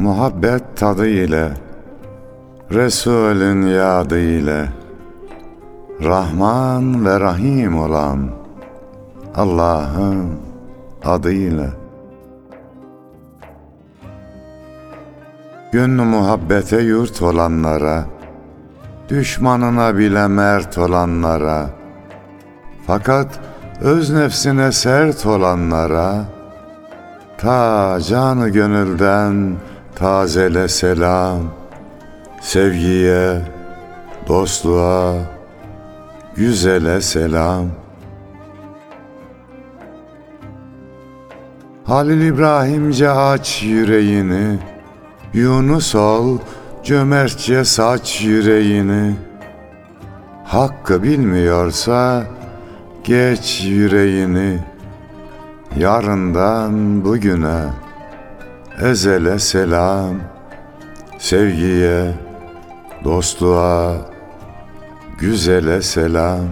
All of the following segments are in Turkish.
Muhabbet tadı ile, Resulün yadı ile, Rahman ve Rahim olan Allah'ın adıyla. Gönlü muhabbete yurt olanlara, düşmanına bile mert olanlara, fakat öz nefsine sert olanlara, ta canı gönülden tazele selam, sevgiye, dostluğa, güzele selam. Halil İbrahimce aç yüreğini, Yunus ol cömertçe saç yüreğini. Hakkı bilmiyorsa geç yüreğini, yarından bugüne ezele selam, sevgiye, dostluğa, güzele selam.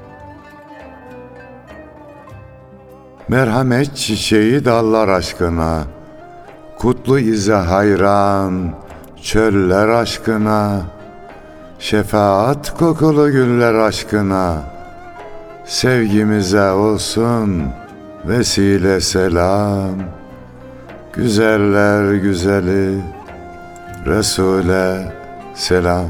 Merhamet çiçeği dallar aşkına, kutlu ize hayran çöller aşkına, şefaat kokulu güller aşkına, sevgimize olsun vesile selam. Güzeller güzeli Resul'e selam.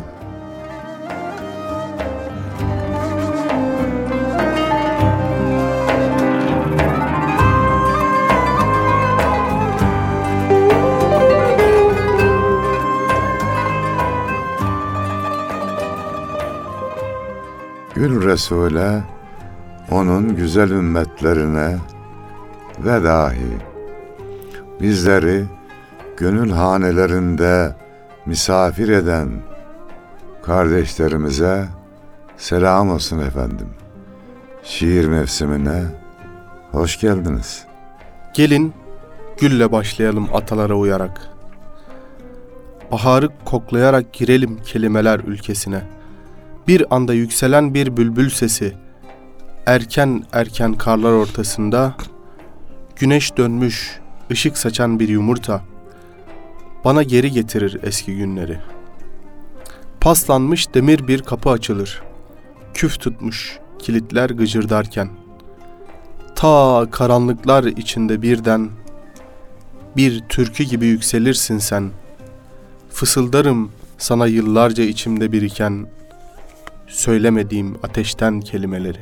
Gül Resul'e, onun güzel ümmetlerine ve dahi bizleri gönül hanelerinde misafir eden kardeşlerimize selam olsun efendim. Şiir mevsimine hoş geldiniz. Gelin gülle başlayalım atalara uyarak. Baharı koklayarak girelim kelimeler ülkesine. Bir anda yükselen bir bülbül sesi, erken erken karlar ortasında, güneş dönmüş, ışık saçan bir yumurta, bana geri getirir eski günleri. Paslanmış demir bir kapı açılır, küf tutmuş kilitler gıcırdarken. Ta karanlıklar içinde birden, bir türkü gibi yükselirsin sen. Fısıldarım sana yıllarca içimde biriken, söylemediğim ateşten kelimeleri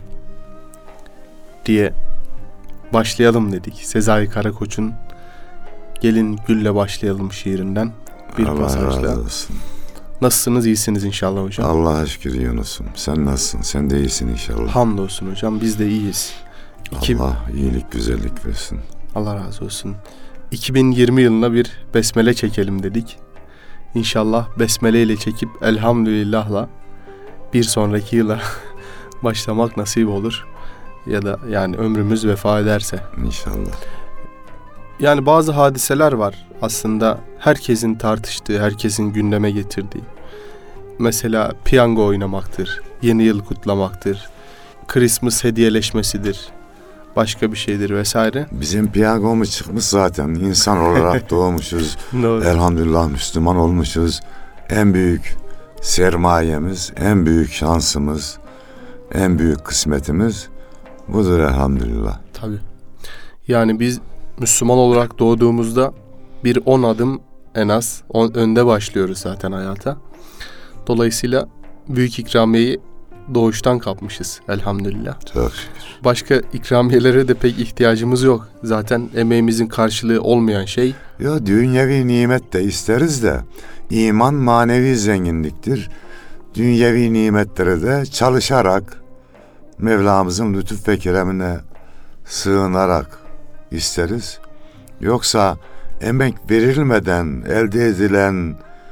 diye başlayalım dedik. Sezai Karakoç'un Gelin Gülle Başlayalım şiirinden bir Allah pasajla. razı olsun. Nasılsınız? İyisiniz inşallah hocam. Allah'a şükür Yunus'um. Sen nasılsın? Sen de iyisin inşallah. Hamdolsun hocam. Biz de iyiyiz. Allah iyilik, güzellik versin. Allah razı olsun. 2020 yılına bir besmele çekelim dedik. İnşallah besmele ile çekip elhamdülillahla bir sonraki yıla başlamak nasip olur. Ya da yani ömrümüz vefa ederse. İnşallah. Yani bazı hadiseler var aslında herkesin tartıştığı, herkesin gündeme getirdiği. Mesela piyango oynamaktır, yeni yıl kutlamaktır, Christmas hediyeleşmesidir, başka bir şeydir vesaire. Bizim piyangomuz çıkmış zaten. İnsan olarak doğmuşuz. Elhamdülillah Müslüman olmuşuz. En büyük sermayemiz, en büyük şansımız, en büyük kısmetimiz budur elhamdülillah. Tabii. Yani biz Müslüman olarak doğduğumuzda bir 10 adım en az önde başlıyoruz zaten hayata. Dolayısıyla büyük ikramiyeyi doğuştan kapmışız elhamdülillah. Çok şükür. Başka ikramiyelere de pek ihtiyacımız yok. Zaten emeğimizin karşılığı olmayan şey. Ya dünyevi nimet de isteriz de iman manevi zenginliktir. Dünyevi nimetleri de çalışarak Mevlamızın lütuf ve keremine sığınarak isteriz. Yoksa emek verilmeden elde edilen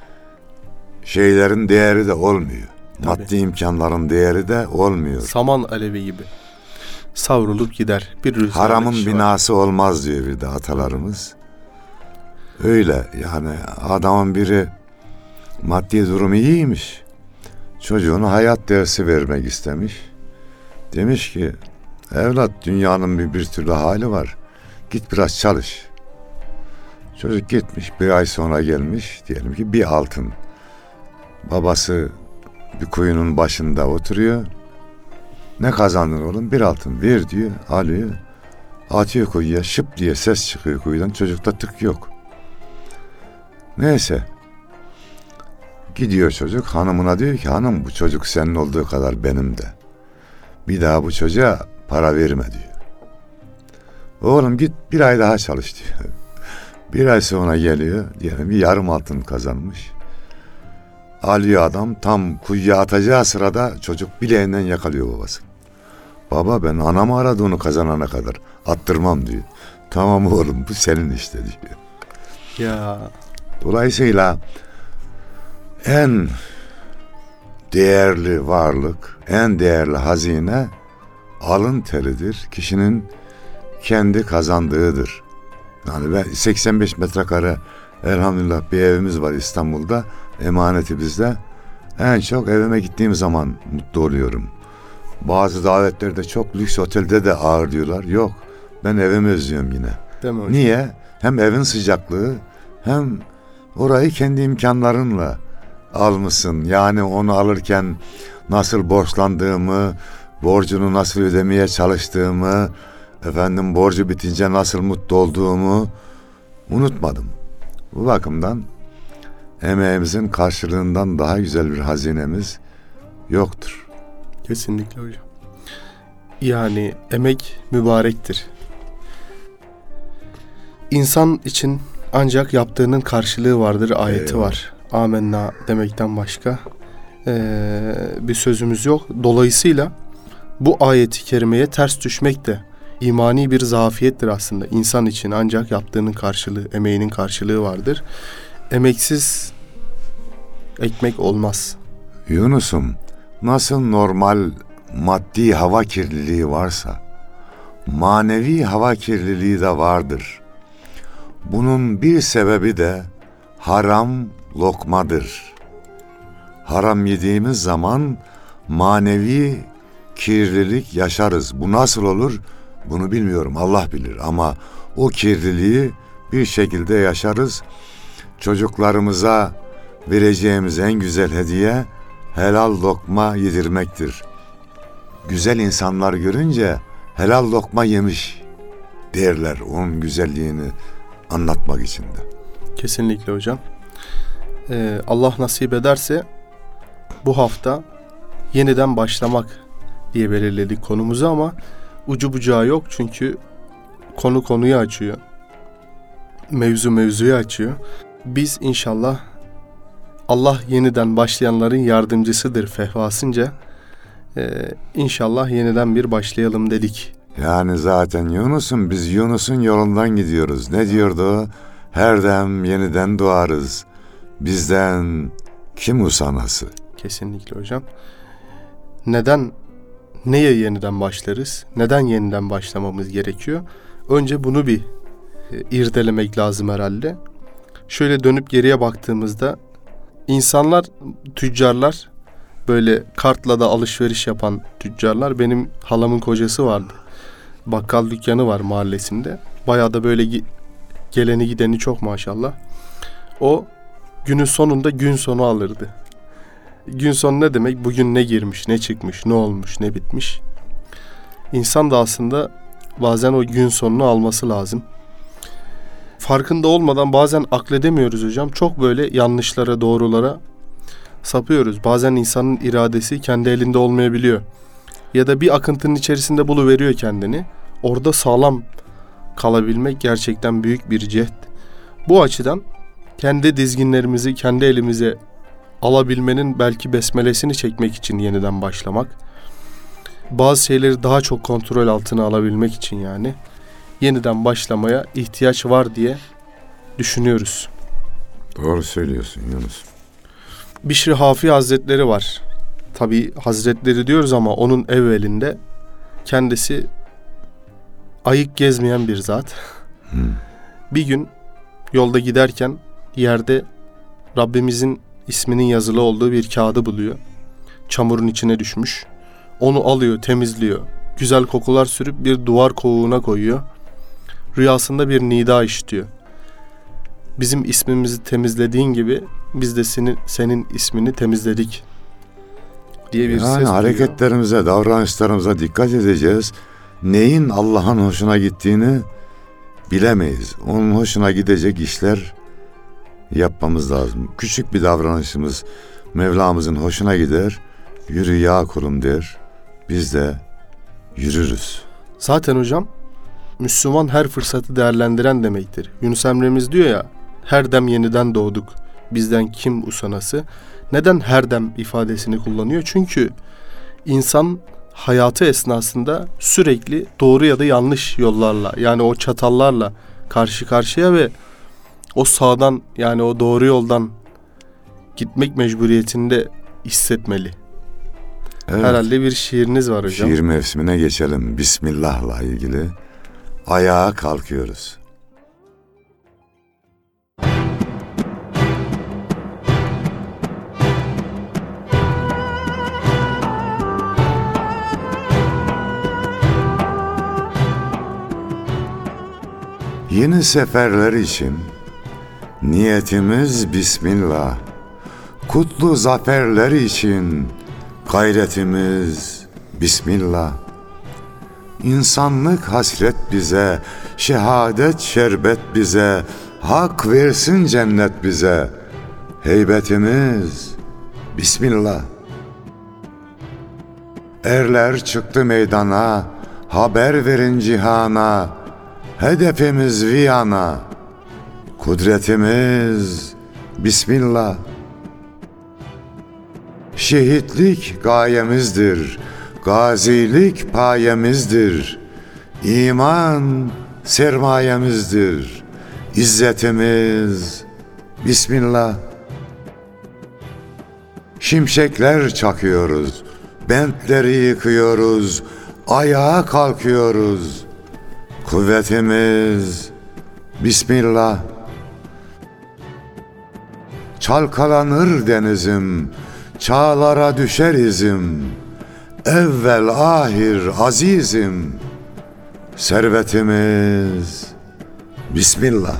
şeylerin değeri de olmuyor. Tabii. Maddi imkanların değeri de olmuyor. Saman alevi gibi savrulup gider. Bir rüzgar Haramın akışı binası olmaz diyor bir de atalarımız. Öyle yani adamın biri maddi durumu iyiymiş. Çocuğuna hayat dersi vermek istemiş. Demiş ki evlat dünyanın bir türlü hali var. Git biraz çalış. Çocuk gitmiş, bir ay sonra gelmiş, diyelim ki bir altın. Babası bir kuyunun başında oturuyor. Ne kazandın oğlum? Bir altın. Ver diyor, alıyor. Atıyor kuyuya, şıp diye ses çıkıyor kuyudan. Çocukta tık yok. Neyse. Gidiyor çocuk, hanımına diyor ki, hanım bu çocuk senin olduğu kadar benim de. Bir daha bu çocuğa para verme diyor. Oğlum git bir ay daha çalış diyor. Bir ay sonra geliyor, diyelim bir yarım altın kazanmış. Alıyor adam, tam kuyuya atacağı sırada çocuk bileğinden yakalıyor babasını. Baba ben anamı aradığını kazanana kadar attırmam diyor. Tamam oğlum bu senin işte diyor. Ya. Dolayısıyla en değerli varlık, en değerli hazine alın teridir. Kişinin kendi kazandığıdır. Yani ben 85 metrekare elhamdülillah bir evimiz var İstanbul'da. Emaneti bizde. En çok evime gittiğim zaman mutlu oluyorum. Bazı davetlerde çok lüks otelde de ağırlıyorlar. Yok, ben evimi özlüyorum yine. Değil mi hocam? Niye? Hem evin sıcaklığı hem orayı kendi imkanlarınla almışsın. Yani onu alırken nasıl borçlandığımı, borcunu nasıl ödemeye çalıştığımı, borcu bitince nasıl mutlu olduğumu unutmadım. Bu bakımdan emeğimizin karşılığından daha güzel bir hazinemiz yoktur. Kesinlikle hocam. Yani emek mübarektir. İnsan için ancak yaptığının karşılığı vardır ayeti var. Amenna demekten başka bir sözümüz yok. Dolayısıyla bu ayeti kerimeye ters düşmek de imani bir zafiyettir aslında. İnsan için ancak yaptığının karşılığı, emeğinin karşılığı vardır. Emeksiz ekmek olmaz. Yunus'um, nasıl normal maddi hava kirliliği varsa, manevi hava kirliliği de vardır. Bunun bir sebebi de haram lokmadır. Haram yediğimiz zaman manevi kirlilik yaşarız. Bu nasıl olur? Bunu bilmiyorum, Allah bilir. Ama o kirliliği bir şekilde yaşarız. Çocuklarımıza vereceğimiz en güzel hediye helal lokma yedirmektir. Güzel insanlar görünce helal lokma yemiş derler, onun güzelliğini anlatmak için de. Kesinlikle hocam. Allah nasip ederse bu hafta yeniden başlamak diye belirledik konumuzu ama ucu bucağı yok çünkü konu konuyu açıyor. Mevzu mevzuyu açıyor. Biz inşallah Allah yeniden başlayanların yardımcısıdır fehvasınca inşallah yeniden bir başlayalım dedik. Yani zaten Yunus'un, biz Yunus'un yolundan gidiyoruz. Ne diyordu o? Her dem yeniden doğarız. Bizden kim usanası? Kesinlikle hocam. Neye yeniden başlarız? Neden yeniden başlamamız gerekiyor? Önce bunu bir irdelemek lazım herhalde. Şöyle dönüp geriye baktığımızda insanlar, tüccarlar, böyle kartla da alışveriş yapan tüccarlar, benim halamın kocası vardı. Bakkal dükkanı var mahallesinde. Bayağı da böyle geleni gideni çok maşallah. O günün sonunda gün sonu alırdı. Gün sonu ne demek? Bugün ne girmiş, ne çıkmış, ne olmuş, ne bitmiş. İnsan da aslında bazen o gün sonunu alması lazım. Farkında olmadan bazen akledemiyoruz hocam. Çok böyle yanlışlara, doğrulara sapıyoruz. Bazen insanın iradesi kendi elinde olmayabiliyor. Ya da bir akıntının içerisinde buluveriyor kendini. Orada sağlam kalabilmek gerçekten büyük bir cehd. Bu açıdan kendi dizginlerimizi kendi elimize alabilmenin belki besmelesini çekmek için yeniden başlamak. Bazı şeyleri daha çok kontrol altına alabilmek için yani yeniden başlamaya ihtiyaç var diye düşünüyoruz. Doğru söylüyorsun Yunus. Bişri Hafi Hazretleri var. Tabii Hazretleri diyoruz ama onun evvelinde kendisi ayık gezmeyen bir zat. Bir gün yolda giderken yerde Rabbimizin isminin yazılı olduğu bir kağıdı buluyor. Çamurun içine düşmüş. Onu alıyor, temizliyor. Güzel kokular sürüp bir duvar kovuğuna koyuyor. Rüyasında bir nida işitiyor. bizim ismimizi temizlediğin gibi biz de senin ismini temizledik diye bir ses duyuyor. Hareketlerimize, davranışlarımıza dikkat edeceğiz. Neyin Allah'ın hoşuna gittiğini bilemeyiz. Onun hoşuna gidecek işler yapmamız lazım. Küçük bir davranışımız Mevlamızın hoşuna gider. Yürü ya kulum der. Biz de yürürüz. Zaten hocam Müslüman her fırsatı değerlendiren demektir. Yunus Emre'miz diyor ya, her dem yeniden doğduk, bizden kim usanası. Neden her dem ifadesini kullanıyor? Çünkü insan hayatı esnasında sürekli doğru ya da yanlış yollarla, yani o çatallarla karşı karşıya ve o sağdan, yani o doğru yoldan gitmek mecburiyetinde hissetmeli. Evet. Herhalde bir şiiriniz var hocam. Şiir mevsimine geçelim. Bismillah'la ilgili. Ayağa kalkıyoruz. Yeni seferler için niyetimiz Bismillah. Kutlu zaferler için gayretimiz Bismillah. İnsanlık hasret bize, şehadet şerbet bize, hak versin cennet bize. Heybetimiz Bismillah. Erler çıktı meydana, haber verin cihana. Hedefimiz Viyana, kudretimiz Bismillah. Şehitlik gayemizdir, gazilik payemizdir. İman sermayemizdir, İzzetimiz Bismillah. Şimşekler çakıyoruz, bentleri yıkıyoruz, ayağa kalkıyoruz. Kuvvetimiz Bismillah. Çalkalanır denizim, çağlara düşer izim. Evvel ahir azizim. Servetimiz Bismillah.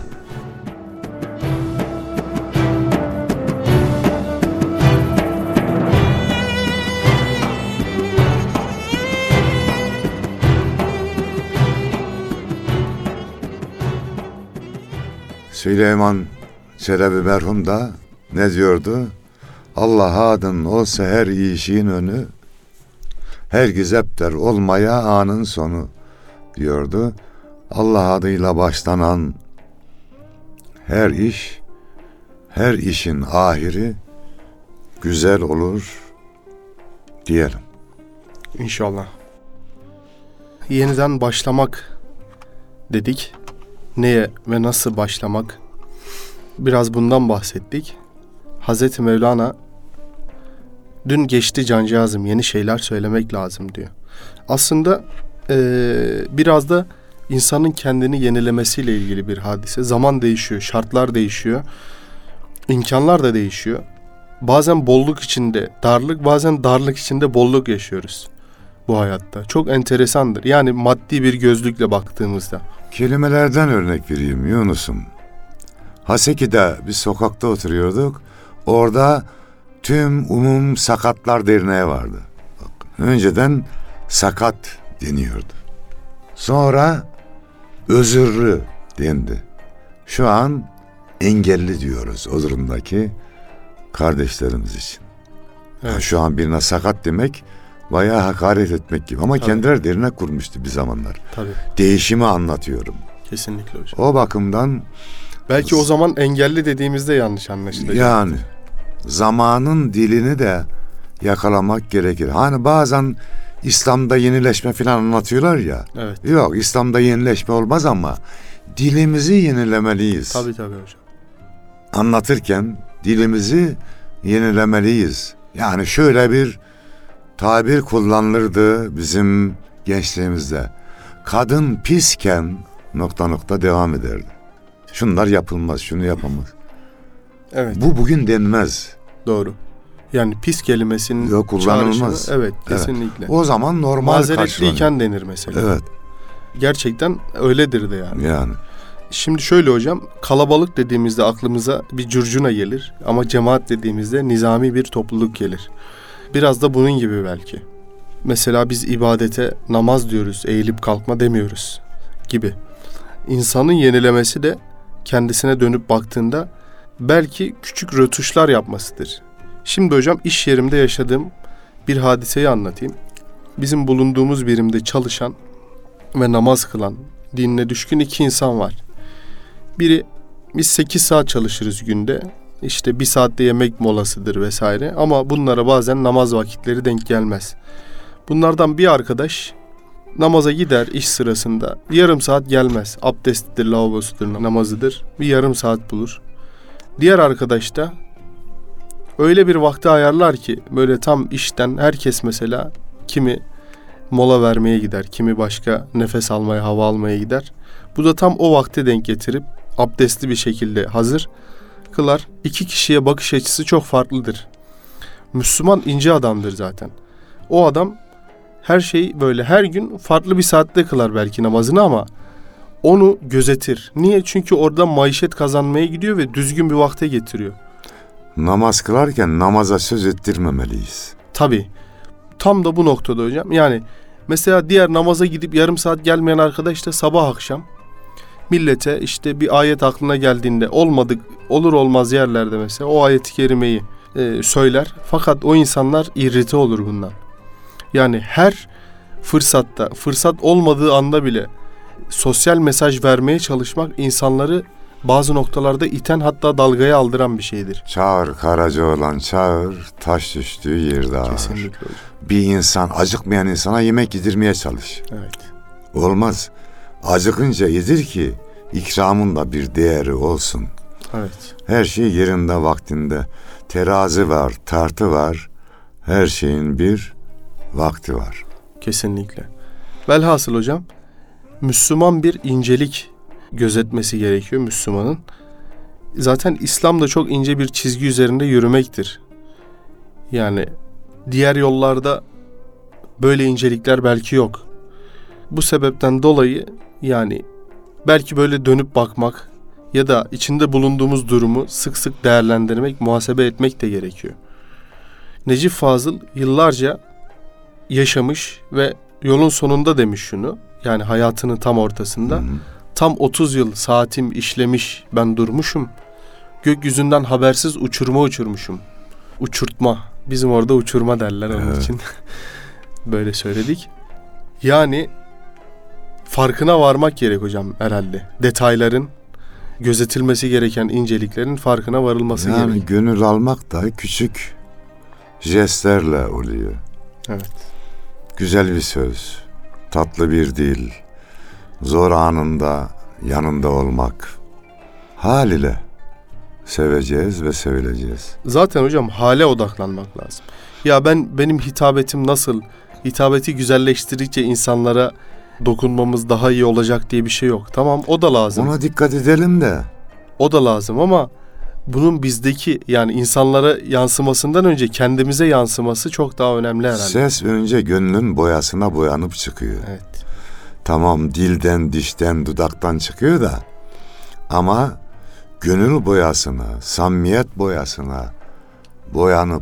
Süleyman Çelebi merhum da ne diyordu? Allah adın olsa her işin önü, her gizepter olmaya anın sonu diyordu. Allah adıyla başlanan her iş, her işin ahiri güzel olur diyelim. İnşallah. Yeniden başlamak dedik. Neye ve nasıl başlamak? Biraz bundan bahsettik. Hazreti Mevlana dün geçti cancağızım, yeni şeyler söylemek lazım diyor. Aslında biraz da insanın kendini yenilemesiyle ilgili bir hadise. Zaman değişiyor, şartlar değişiyor, imkanlar da değişiyor. Bazen bolluk içinde darlık, bazen darlık içinde bolluk yaşıyoruz bu hayatta. Çok enteresandır. Yani maddi bir gözlükle baktığımızda. Kelimelerden örnek vereyim Yunus'um. Haseki'de bir sokakta oturuyorduk. Orada tüm umum sakatlar derneği vardı. Önceden sakat deniyordu. Sonra özürlü dendi. Şu an engelli diyoruz o durumdaki kardeşlerimiz için. Evet. Şu an birine sakat demek bayağı hakaret etmek gibi. Ama tabii, kendileri dernek kurmuştu bir zamanlar. Tabii. Değişimi anlatıyorum. Kesinlikle hocam. O bakımdan belki o zaman engelli dediğimizde yanlış anlaşılacak. Yani zamanın dilini de yakalamak gerekir. Hani bazen İslam'da yenileşme falan anlatıyorlar ya. Evet. Yok, İslam'da yenileşme olmaz ama dilimizi yenilemeliyiz. Tabii hocam. Anlatırken dilimizi yenilemeliyiz. Yani şöyle bir tabir kullanılırdı bizim gençliğimizde. Kadın pisken ... devam ederdi. Şunlar yapılmaz, şunu yapamaz. Evet. Bu bugün denmez. Doğru. Yani pis kelimesinin yok, kullanılmaz. Evet, kesinlikle. Evet. O zaman normal mazeretliyken denir mesela. Evet. Gerçekten öyledir de yani. Yani. Şimdi şöyle hocam, kalabalık dediğimizde aklımıza bir curcuna gelir ama cemaat dediğimizde nizami bir topluluk gelir. Biraz da bunun gibi belki. Mesela biz ibadete namaz diyoruz, eğilip kalkma demiyoruz gibi. İnsanın yenilemesi de kendisine dönüp baktığında belki küçük rötuşlar yapmasıdır. Şimdi hocam iş yerimde yaşadığım bir hadiseyi anlatayım. Bizim bulunduğumuz birimde çalışan ve namaz kılan, dinine düşkün 2 insan var. Biri, biz 8 saat çalışırız günde. İşte 1 saatte yemek molasıdır vesaire. Ama bunlara bazen namaz vakitleri denk gelmez. Bunlardan bir arkadaş namaza gider iş sırasında. Yarım saat gelmez. Abdestidir, lavabosudur, namazıdır. Bir yarım saat bulur. Diğer arkadaş da öyle bir vakti ayarlar ki böyle tam işten herkes mesela kimi mola vermeye gider, kimi başka nefes almaya, hava almaya gider. Bu da tam o vakte denk getirip abdestli bir şekilde hazır kılar. 2 kişiye bakış açısı çok farklıdır. Müslüman ince adamdır zaten. O adam her şeyi böyle her gün farklı bir saatte kılar belki namazını ama onu gözetir. Niye? Çünkü orada maişet kazanmaya gidiyor ve düzgün bir vakte getiriyor. Namaz kılarken namaza söz ettirmemeliyiz. Tabii. Tam da bu noktada hocam. Yani mesela diğer namaza gidip yarım saat gelmeyen arkadaş da sabah akşam millete işte bir ayet aklına geldiğinde olur olmaz yerlerde mesela o ayet-i kerimeyi söyler. Fakat o insanlar irrite olur bundan. Yani her fırsatta, fırsat olmadığı anda bile sosyal mesaj vermeye çalışmak insanları bazı noktalarda iten hatta dalgaya aldıran bir şeydir. Çağır Karacaoğlan çağır, taş düştüğü yerde ağır. Kesinlikle hocam. Bir insan, acıkmayan insana yemek yedirmeye çalış. Evet. Olmaz. Acıkınca yedir ki ikramın da bir değeri olsun. Evet. Her şey yerinde vaktinde. Terazi var, tartı var. Her şeyin bir vakti var. Kesinlikle. Velhasıl hocam, Müslüman bir incelik gözetmesi gerekiyor Müslümanın. Zaten İslam da çok ince bir çizgi üzerinde yürümektir. Yani diğer yollarda böyle incelikler belki yok. Bu sebepten dolayı yani belki böyle dönüp bakmak ya da içinde bulunduğumuz durumu sık sık değerlendirmek, muhasebe etmek de gerekiyor. Necip Fazıl yıllarca yaşamış ve yolun sonunda demiş şunu. Yani hayatının tam ortasında. Tam 30 yıl saatim işlemiş ben durmuşum. Gökyüzünden habersiz uçurma uçurmuşum. Uçurtma. Bizim orada uçurma derler onun için. Böyle söyledik. Yani farkına varmak gerek hocam herhalde. Detayların, gözetilmesi gereken inceliklerin farkına varılması gerek. Yani gönül almak da küçük jestlerle oluyor. Evet. Güzel bir söz, tatlı bir dil, zor anında yanında olmak. Hal ile seveceğiz ve sevileceğiz. Zaten hocam hale odaklanmak lazım. Ya benim hitabetim nasıl? Hitabeti güzelleştirdikçe insanlara dokunmamız daha iyi olacak diye bir şey yok. Tamam, o da lazım. Ona dikkat edelim de. O da lazım ama bunun bizdeki yani insanlara yansımasından önce kendimize yansıması çok daha önemli herhalde. Ses önce gönlün boyasına boyanıp çıkıyor. Evet. Tamam, dilden, dişten, dudaktan çıkıyor da ama gönül boyasına, samimiyet boyasına boyanıp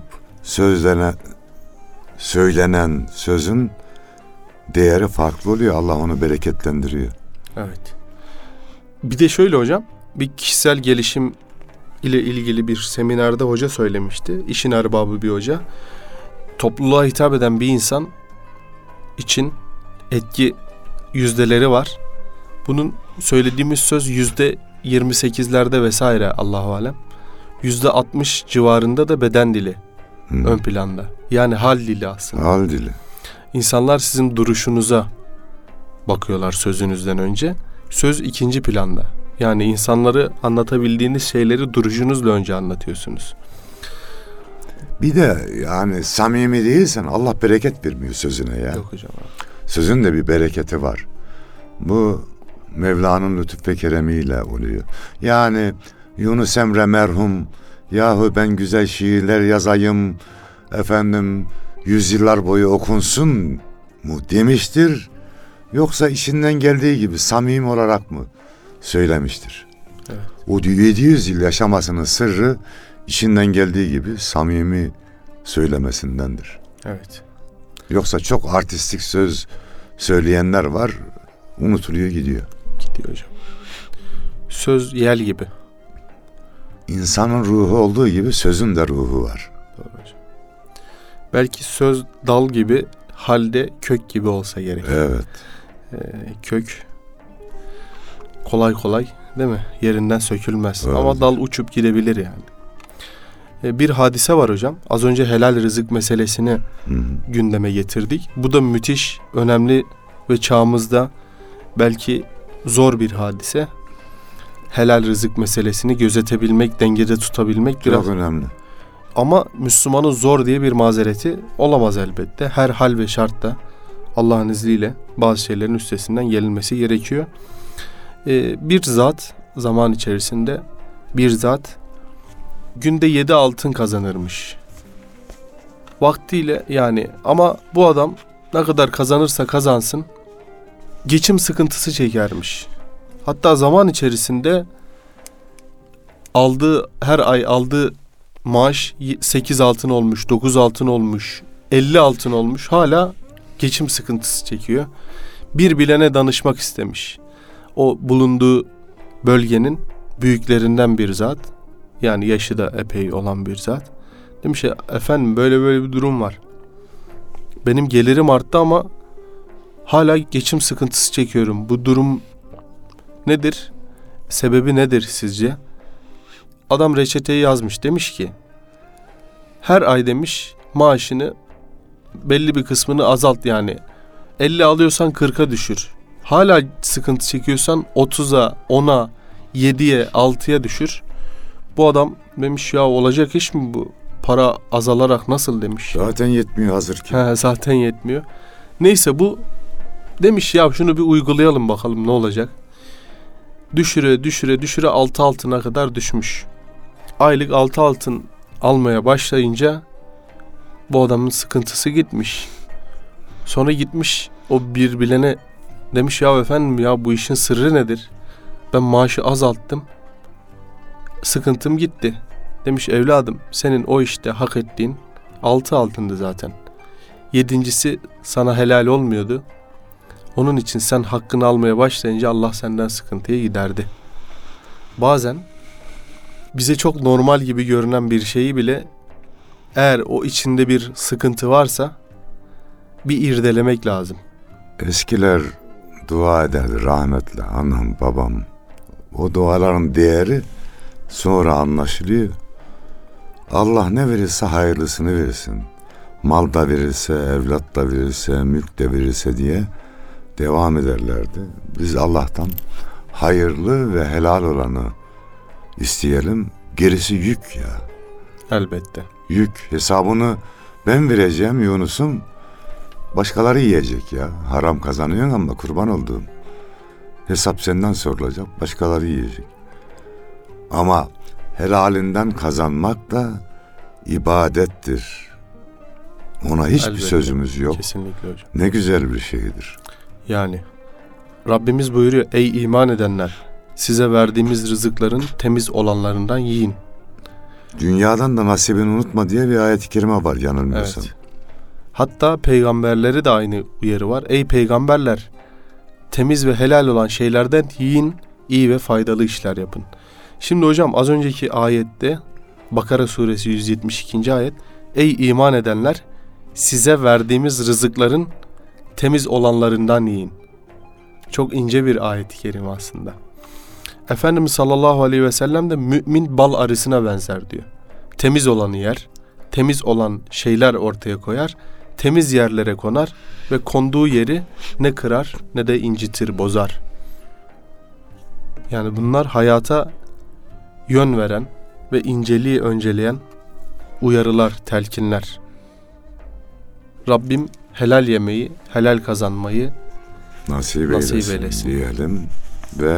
söylenen sözün değeri farklı oluyor. Allah onu bereketlendiriyor. Evet. Bir de şöyle hocam, bir kişisel gelişim ile ilgili bir seminerde hoca söylemişti. İşin erbabı bir hoca. Topluluğa hitap eden bir insan için etki yüzdeleri var. Bunun söylediğimiz söz %28'lerde vesaire Allahu alem. %60 civarında da beden dili ön planda. Yani hal dili aslında. Hal dili. İnsanlar sizin duruşunuza bakıyorlar sözünüzden önce. Söz ikinci planda. Yani insanları anlatabildiğiniz şeyleri duruşunuzla önce anlatıyorsunuz. Bir de yani samimi değilsen Allah bereket vermiyor sözüne ya. Yok hocam. Sözün de bir bereketi var. Bu Mevla'nın lütuf ve keremiyle oluyor. Yani Yunus Emre merhum, yahu ben güzel şiirler yazayım, yüzyıllar boyu okunsun mu demiştir. Yoksa işinden geldiği gibi samimi olarak mı söylemiştir. Evet. O 700 yıl yaşamasının sırrı içinden geldiği gibi samimi söylemesindendir. Evet. Yoksa çok artistik söz söyleyenler var, unutuluyor gidiyor. Gidiyor hocam. Söz yel gibi. İnsanın ruhu olduğu gibi sözün de ruhu var. Doğru hocam. Belki söz dal gibi, halde kök gibi olsa gerek. Evet. Kök kolay kolay değil mi? Yerinden sökülmez. Evet. Ama dal uçup gidebilir yani. Bir hadise var hocam. Az önce helal rızık meselesini gündeme getirdik. Bu da müthiş, önemli ve çağımızda belki zor bir hadise. Helal rızık meselesini gözetebilmek, dengede tutabilmek biraz çok önemli. Ama Müslümanın zor diye bir mazereti olamaz elbette. Her hal ve şartta Allah'ın izniyle bazı şeylerin üstesinden gelinmesi gerekiyor. Bir zat zaman içerisinde günde 7 altın kazanırmış. Vaktiyle yani, ama bu adam ne kadar kazanırsa kazansın geçim sıkıntısı çekermiş. Hatta zaman içerisinde her ay aldığı maaş 8 altın olmuş, 9 altın olmuş, 50 altın olmuş. Hala geçim sıkıntısı çekiyor. Bir bilene danışmak istemiş. O bulunduğu bölgenin büyüklerinden bir zat. Yani yaşı da epey olan bir zat. Demiş efendim böyle bir durum var. Benim gelirim arttı ama hala geçim sıkıntısı çekiyorum. Bu durum nedir? Sebebi nedir sizce? Adam reçeteyi yazmış. Demiş ki her ay demiş maaşını belli bir kısmını azalt, yani 50 alıyorsan 40'a düşür. Hala sıkıntı çekiyorsan 30'a, 10'a, 7'ye, 6'ya düşür. Bu adam demiş ya olacak iş mi bu? Para azalarak nasıl demiş. Zaten yetmiyor hazır ki. Zaten yetmiyor. Neyse bu demiş ya şunu bir uygulayalım bakalım ne olacak. Düşüre 6 altına kadar düşmüş. Aylık 6 altın almaya başlayınca bu adamın sıkıntısı gitmiş. Sonra gitmiş o bir bilene demiş ya efendim ya bu işin sırrı nedir? Ben maaşı azalttım. Sıkıntım gitti. Demiş evladım senin o işte hak ettiğin 6 altındı zaten. 7.'si sana helal olmuyordu. Onun için sen hakkını almaya başlayınca Allah senden sıkıntıyı giderdi. Bazen bize çok normal gibi görünen bir şeyi bile eğer o içinde bir sıkıntı varsa bir irdelemek lazım. Eskiler dua ederdi rahmetli anam babam. O duaların değeri sonra anlaşılıyor. Allah ne verirse hayırlısını verirsin. Mal da verirse, evlat da verirse, mülk de verirse diye devam ederlerdi. Biz Allah'tan hayırlı ve helal olanı isteyelim. Gerisi yük ya. Elbette. Yük. Hesabını ben vereceğim Yunus'um. Başkaları yiyecek ya. Haram kazanıyorsun ama kurban olduğum. Hesap senden sorulacak. Başkaları yiyecek. Ama helalinden kazanmak da ibadettir. Ona hiçbir Elbette. Sözümüz yok. Kesinlikle hocam. Ne güzel bir şeydir. Yani Rabbimiz buyuruyor ey iman edenler size verdiğimiz rızıkların temiz olanlarından yiyin. Dünyadan da nasibini unutma diye bir ayet-i kerime var yanılmıyorsam. Evet. Hatta peygamberleri de aynı uyarı var. Ey peygamberler temiz ve helal olan şeylerden yiyin, iyi ve faydalı işler yapın. Şimdi hocam az önceki ayette Bakara suresi 172. ayet ey iman edenler size verdiğimiz rızıkların temiz olanlarından yiyin. Çok ince bir ayet-i kerime aslında. Efendimiz sallallahu aleyhi ve sellem de mümin bal arısına benzer diyor. Temiz olanı yer, temiz olan şeyler ortaya koyar, temiz yerlere konar ve konduğu yeri ne kırar ne de incitir, bozar. Yani bunlar hayata yön veren ve inceliği önceleyen uyarılar, telkinler. Rabbim helal yemeyi, helal kazanmayı Nasip eylesin diyelim ve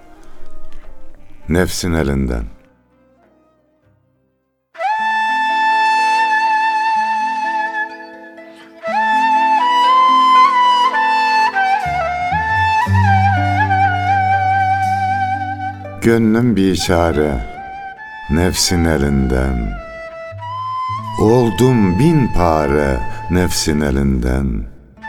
nefsin elinden. gönlüm biçare nefsin elinden. Oldum bin pare nefsin elinden.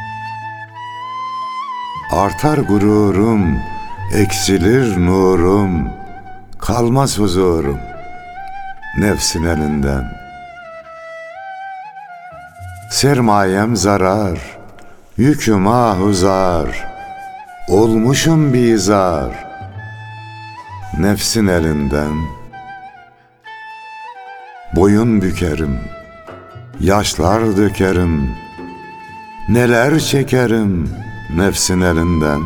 Artar gururum, eksilir nurum, kalmaz huzurum nefsin elinden. Sermayem zarar, yüküm ahuzar, olmuşum bizar nefsin elinden. Boyun bükerim, yaşlar dökerim, neler çekerim nefsin elinden.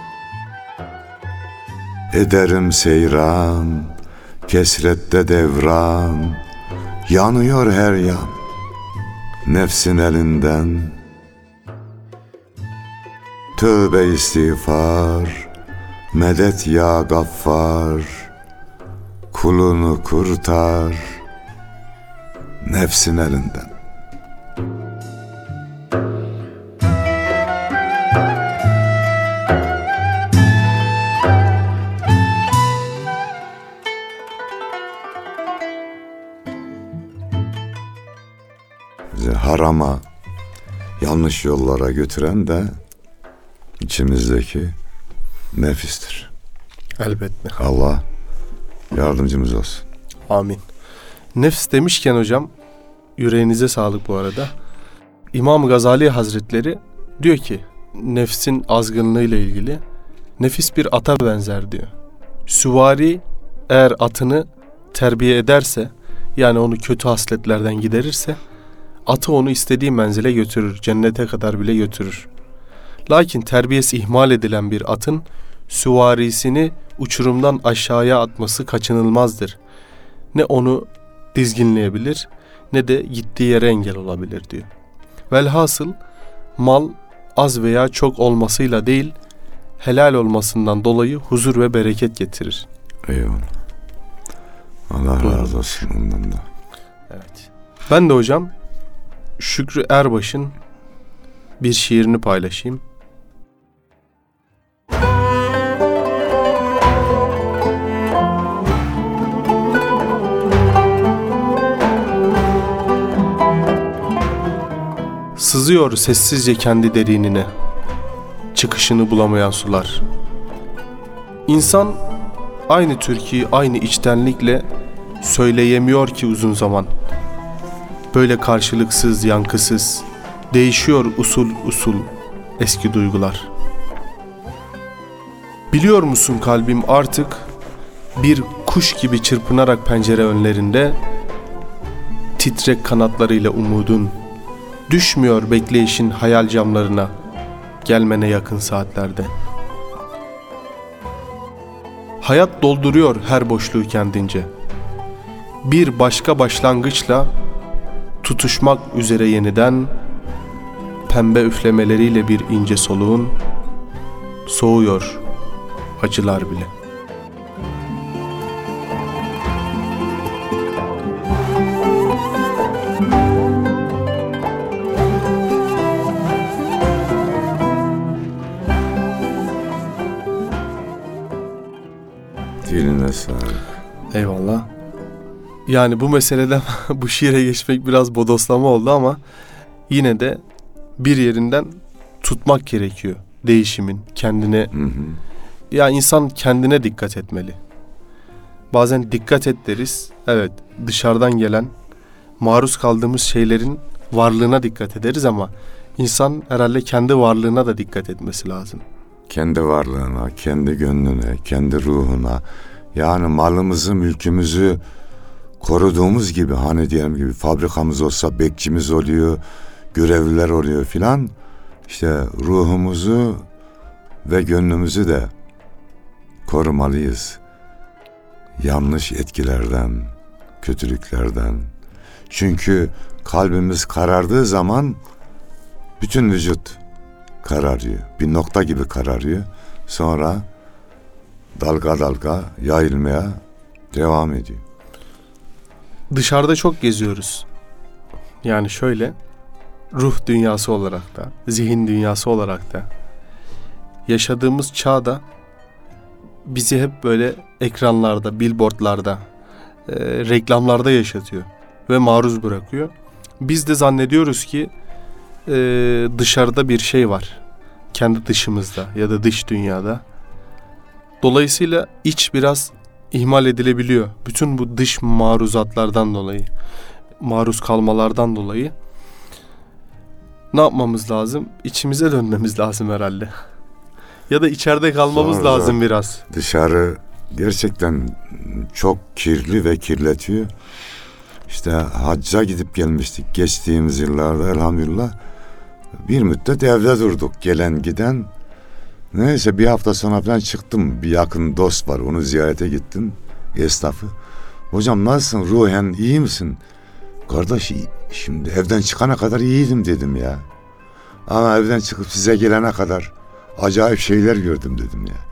Ederim seyran, kesrette devran, yanıyor her yan nefsin elinden. Tövbe istiğfar, medet ya gaffar, kulunu kurtar nefsin elinden. Bizi harama, yanlış yollara götüren de içimizdeki nefistir. Elbette. Allah yardımcımız olsun. Amin. Nefs demişken hocam, yüreğinize sağlık bu arada. İmam Gazali Hazretleri diyor ki, nefsin azgınlığıyla ilgili, nefis bir ata benzer diyor. Süvari eğer atını terbiye ederse, yani onu kötü hasletlerden giderirse, atı onu istediği menzile götürür, cennete kadar bile götürür. Lakin terbiyesi ihmal edilen bir atın süvarisini uçurumdan aşağıya atması kaçınılmazdır. Ne onu dizginleyebilir ne de gittiği yere engel olabilir diyor. Velhasıl mal az veya çok olmasıyla değil, helal olmasından dolayı huzur ve bereket getirir. Eyvallah. Allah razı olsun ondan da. Evet. Ben de hocam Şükrü Erbaş'ın bir şiirini paylaşayım. Sızıyor sessizce kendi derinine, çıkışını bulamayan sular. İnsan aynı türküyü aynı içtenlikle söyleyemiyor ki uzun zaman. Böyle karşılıksız, yankısız, değişiyor usul usul eski duygular. Biliyor musun kalbim artık bir kuş gibi çırpınarak pencere önlerinde, titrek kanatlarıyla umudun, düşmüyor bekleyişin hayal camlarına, gelmene yakın saatlerde. Hayat dolduruyor her boşluğu kendince. Bir başka başlangıçla tutuşmak üzere yeniden, pembe üflemeleriyle bir ince soluğun, soğuyor acılar bile. Diline sağlık. Eyvallah. Yani bu meseleden bu şiire geçmek biraz bodoslama oldu ama yine de bir yerinden tutmak gerekiyor değişimin, kendine. Ya insan kendine dikkat etmeli. Bazen dikkat et deriz. Evet, dışarıdan gelen, maruz kaldığımız şeylerin varlığına dikkat ederiz ama insan herhalde kendi varlığına da dikkat etmesi lazım. Kendi varlığına, kendi gönlüne, kendi ruhuna, yani malımızı, mülkümüzü koruduğumuz gibi, hani diyelim gibi fabrikamız olsa bekçimiz oluyor, görevliler oluyor filan. İşte ruhumuzu ve gönlümüzü de korumalıyız. Yanlış etkilerden, kötülüklerden. Çünkü kalbimiz karardığı zaman bütün vücut kararıyor. Bir nokta gibi kararıyor. Sonra dalga dalga yayılmaya devam ediyor. Dışarıda çok geziyoruz. Yani şöyle, ruh dünyası olarak da, zihin dünyası olarak da, yaşadığımız çağda bizi hep böyle ekranlarda, billboardlarda, reklamlarda yaşatıyor ve maruz bırakıyor. Biz de zannediyoruz ki dışarıda bir şey var. Kendi dışımızda ya da dış dünyada. Dolayısıyla iç biraz ihmal edilebiliyor. Bütün bu dış maruzatlardan dolayı, maruz kalmalardan dolayı ne yapmamız lazım? İçimize dönmemiz lazım herhalde. Ya da içeride kalmamız Sonra lazım biraz. Dışarı gerçekten çok kirli ve kirletiyor. İşte hacca gidip gelmiştik geçtiğimiz yıllarda elhamdülillah. Bir müddet evde durduk, gelen giden. Neyse bir hafta sonra falan çıktım. Bir yakın dost var, onu ziyarete gittim, esnafı. Hocam nasılsın, ruhen iyi misin? Kardeş şimdi evden çıkana kadar iyiydim dedim ya. Ama evden çıkıp size gelene kadar acayip şeyler gördüm dedim ya.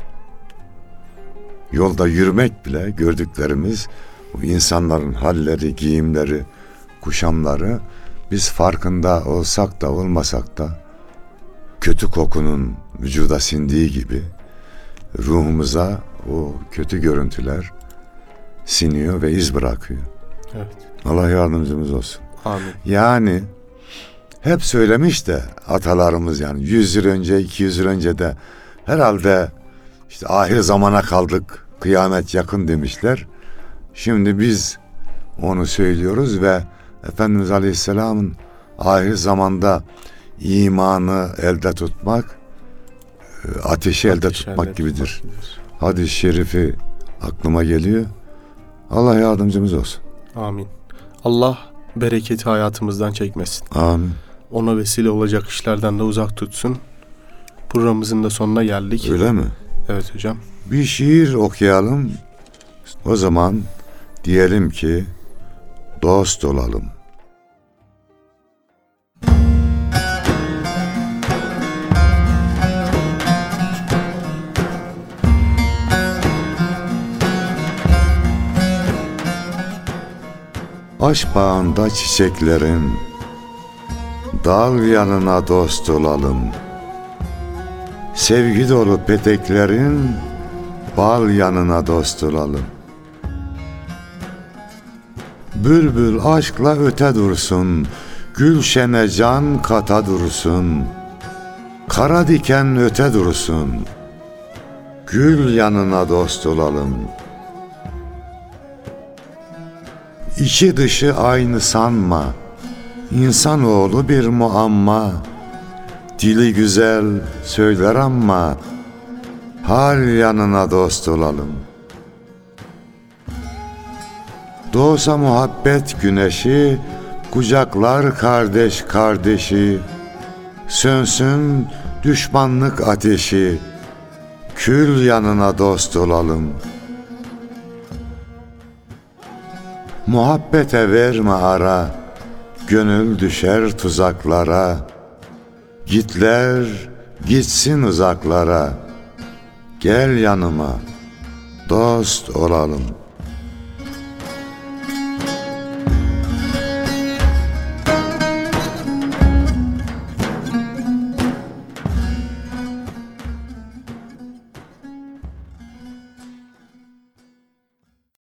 Yolda yürümek bile gördüklerimiz, bu insanların halleri, giyimleri, kuşamları, biz farkında olsak da olmasak da kötü kokunun vücuda sindiği gibi ruhumuza o kötü görüntüler siniyor ve iz bırakıyor. Evet. Allah yardımcımız olsun. Amin. Yani hep söylemiş de atalarımız, yani 100 yıl önce, 200 yıl önce de herhalde işte ahir zamana kaldık, kıyamet yakın demişler. Şimdi biz onu söylüyoruz ve Efendimiz Aleyhisselam'ın ahir zamanda imanı elde tutmak, ateşi elde tutmak gibidir. Hadis-i şerifi aklıma geliyor. Allah yardımcımız olsun. Amin. Allah bereketi hayatımızdan çekmesin. Amin. Ona vesile olacak işlerden de uzak tutsun. Programımızın da sonuna geldik. Öyle mi? Evet hocam. Bir şiir okuyalım. O zaman diyelim ki dost olalım. Aşk bağında çiçeklerin, dal yanına dost olalım. Sevgi dolu peteklerin, bal yanına dost olalım. Bülbül aşkla öte dursun, gülşene can kata dursun. Kara diken öte dursun, gül yanına dost olalım. İçi dışı aynı sanma, İnsanoğlu bir muamma. Dili güzel söyler ama, hal yanına dost olalım. Doğsa muhabbet güneşi, kucaklar kardeş kardeşi. Sönsün düşmanlık ateşi, kül yanına dost olalım. Muhabbete verme ara, gönül düşer tuzaklara. Gitler gitsin uzaklara, gel yanıma dost olalım.